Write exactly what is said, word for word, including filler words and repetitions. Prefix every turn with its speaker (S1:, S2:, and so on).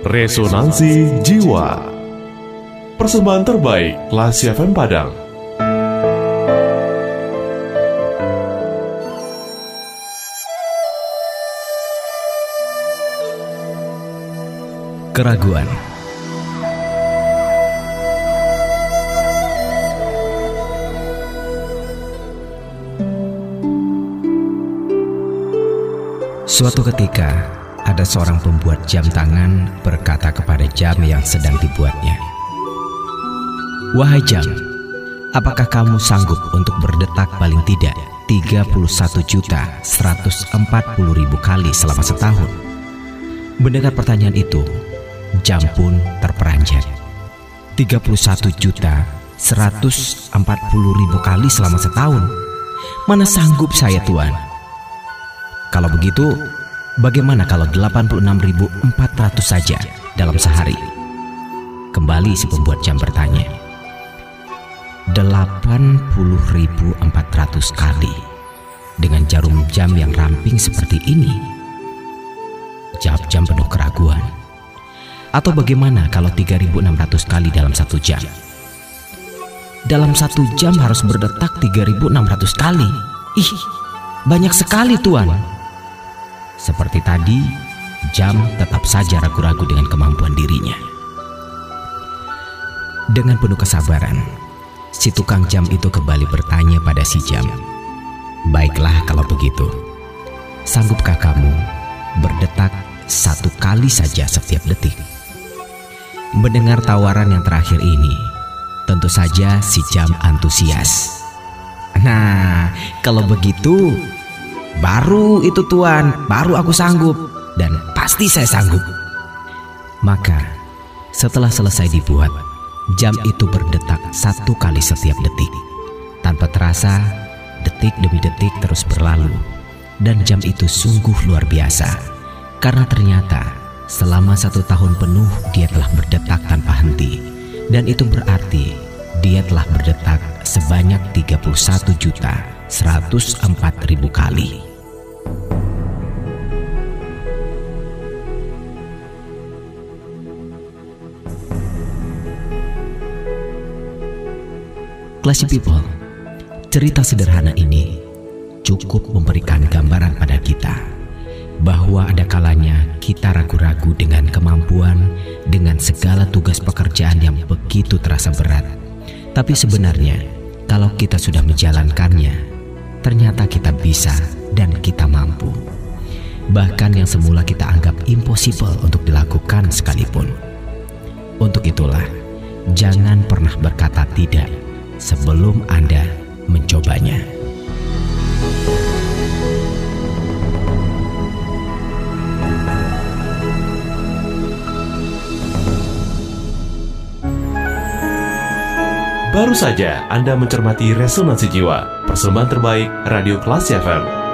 S1: Resonansi Jiwa. Persembahan terbaik Klasik F M Padang.
S2: Keraguan. Suatu ketika, ada seorang pembuat jam tangan berkata kepada jam yang sedang dibuatnya, "Wahai jam, apakah kamu sanggup untuk berdetak paling tidak tiga puluh satu juta seratus empat puluh ribu kali selama setahun?" Mendengar pertanyaan itu, jam pun terperanjat. tiga puluh satu juta seratus empat puluh ribu kali selama setahun? Mana sanggup saya, Tuan? Kalau begitu, bagaimana kalau delapan puluh enam ribu empat ratus saja dalam sehari? Kembali si pembuat jam bertanya. delapan puluh ribu empat ratus kali dengan jarum jam yang ramping seperti ini? Jawab jam penuh keraguan. Atau bagaimana kalau tiga ribu enam ratus kali dalam satu jam? Dalam satu jam harus berdetak tiga ribu enam ratus kali. Ih, banyak sekali, Tuan. Seperti tadi, jam tetap saja ragu-ragu dengan kemampuan dirinya. Dengan penuh kesabaran, si tukang jam itu kembali bertanya pada si jam, "Baiklah kalau begitu, sanggupkah kamu berdetak satu kali saja setiap detik?" Mendengar tawaran yang terakhir ini, tentu saja si jam antusias. "Nah, kalau begitu, baru itu, Tuan, baru aku sanggup, dan pasti saya sanggup." Maka setelah selesai dibuat, jam itu berdetak satu kali setiap detik. Tanpa terasa, detik demi detik terus berlalu. Dan jam itu sungguh luar biasa, karena ternyata selama satu tahun penuh dia telah berdetak tanpa henti. Dan itu berarti dia telah berdetak sebanyak tiga puluh satu juta seratus empat ribu kali. Classy people, cerita sederhana ini cukup memberikan gambaran pada kita bahwa ada kalanya kita ragu-ragu dengan kemampuan, dengan segala tugas pekerjaan yang begitu terasa berat. Tapi sebenarnya kalau kita sudah menjalankannya, ternyata kita bisa dan kita mampu. Bahkan yang semula kita anggap impossible untuk dilakukan sekalipun. Untuk itulah, jangan pernah berkata tidak sebelum Anda mencobanya.
S1: Baru saja Anda mencermati Resonansi Jiwa, persembahan terbaik Radio Klasik F M.